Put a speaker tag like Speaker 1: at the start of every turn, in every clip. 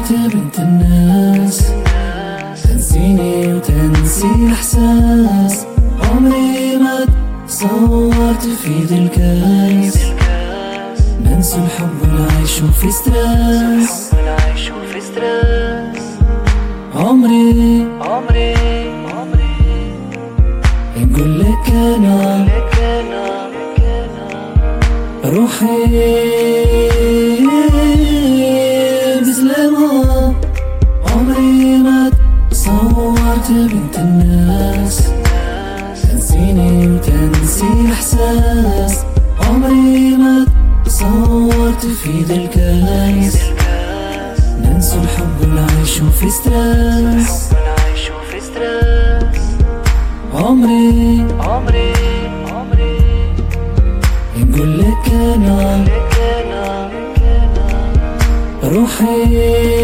Speaker 1: صورت بنت الناس، تنسيني وتنسي الإحساس. عمري ما صورت في ذي الكاس، ننسى الحب ونعيش في ستريس. عمري نقول لك أنا روحي بسلامة. عمري ما صورت بنت الناس، تنسيني وتنسي الإحساس. عمري ما صورت في ذا الكاس، ننسى الحب ونعيش في ستريس. عمري نقول لك أنا روحي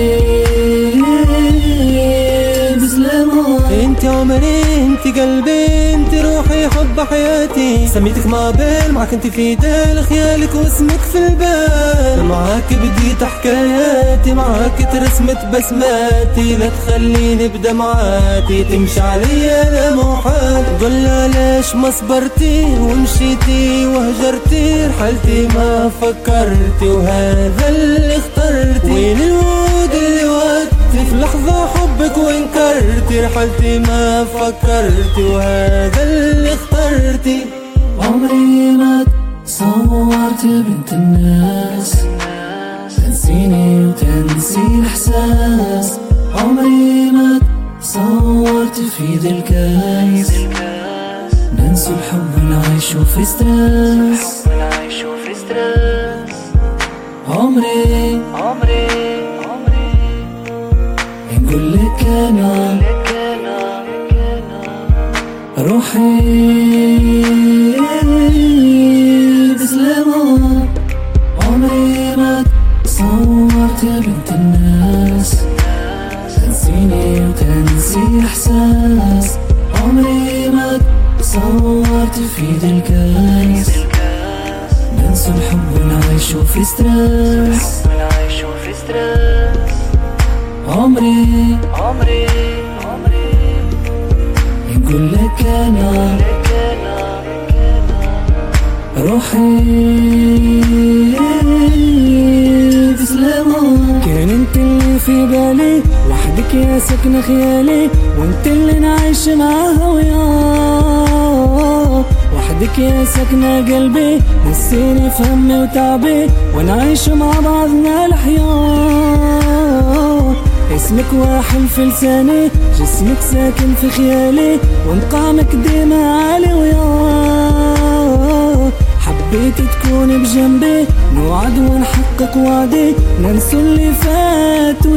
Speaker 1: بسلامة.
Speaker 2: انت عمري، انت قلبي، انت روحي، حب حياتي. سميتك مابيل، معك انت في ديل خيالك واسمك في البال. معاك بديت حكاياتي، معاك ترسمت بسماتي. لا تخليني بدمعاتي تمشي علي انا محال. قل ليش ما صبرتي ومشيتي وهجرتي، رحلتي ما فكرتي وهذا اللي اخترتي. وين الوعود اللي وعدتي في لحظة حبك وانكرتي، رحلتي ما فكرتي وهذا اللي اخترتي.
Speaker 1: عمري ما صورت بنت الناس، تنسيني وتنسي الإحساس. عمري ما صورت في ذي الكاس، ننسى الحب ونعيش في ستريس. عمري نقول لك أنا روحي بسلامة. عمري ما صورت بنت الناس، تنسيني وتنسي الإحساس. عمري ما صورت في ذا الكاس، ننسى الحب ونعيش في ستريس. عمري نقول لك أنا روحي بسلامة. كان انت اللي في بالي، وحدك يا سكن خيالي، وانت اللي نعيش معاها وياه. وحدك يا سكنة قلبي، نسيني في همي وتعبي، ونعيش مع بعضنا الحياة. اسمك واحل في لساني، جسمك ساكن في خيالي، ومقامك ديما عالي وياه. حبيت تكوني بجنبي، نوعد ونحقق وعدي، ننسى اللي فات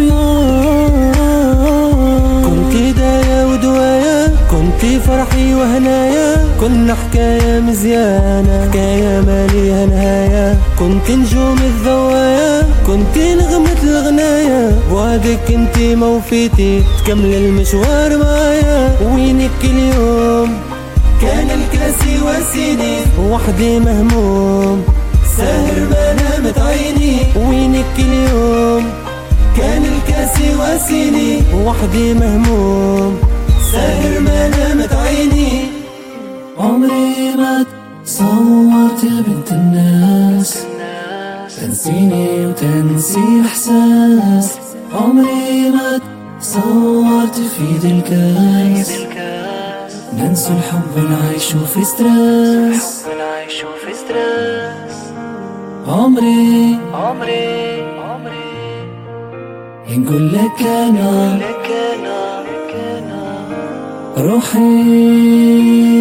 Speaker 1: وياه.
Speaker 2: كنت هدايا ودوايا، كنت فرحي وهنايا، كنا حكاية مزيانة، حكاية ماليها نهاية. كنت نجوم الضوايا، كنت نغمة الغنايا، بوعدك انتي موفيتي تكمل المشوار معايا. وينك اليوم؟ كان الكاسي واسيني، وحدي مهموم ساهر ما نامت عيني. وينك اليوم؟ كان الكاسي واسيني، وحدي مهموم ساهر ما نامت عيني.
Speaker 1: عمري ما صورت بنت الناس، تنسيني وتنسي الإحساس. عمري ما صورت في ذي الكاس، ننسى الحب ونعيش في ستريس. عمري نقول لك أنا روحي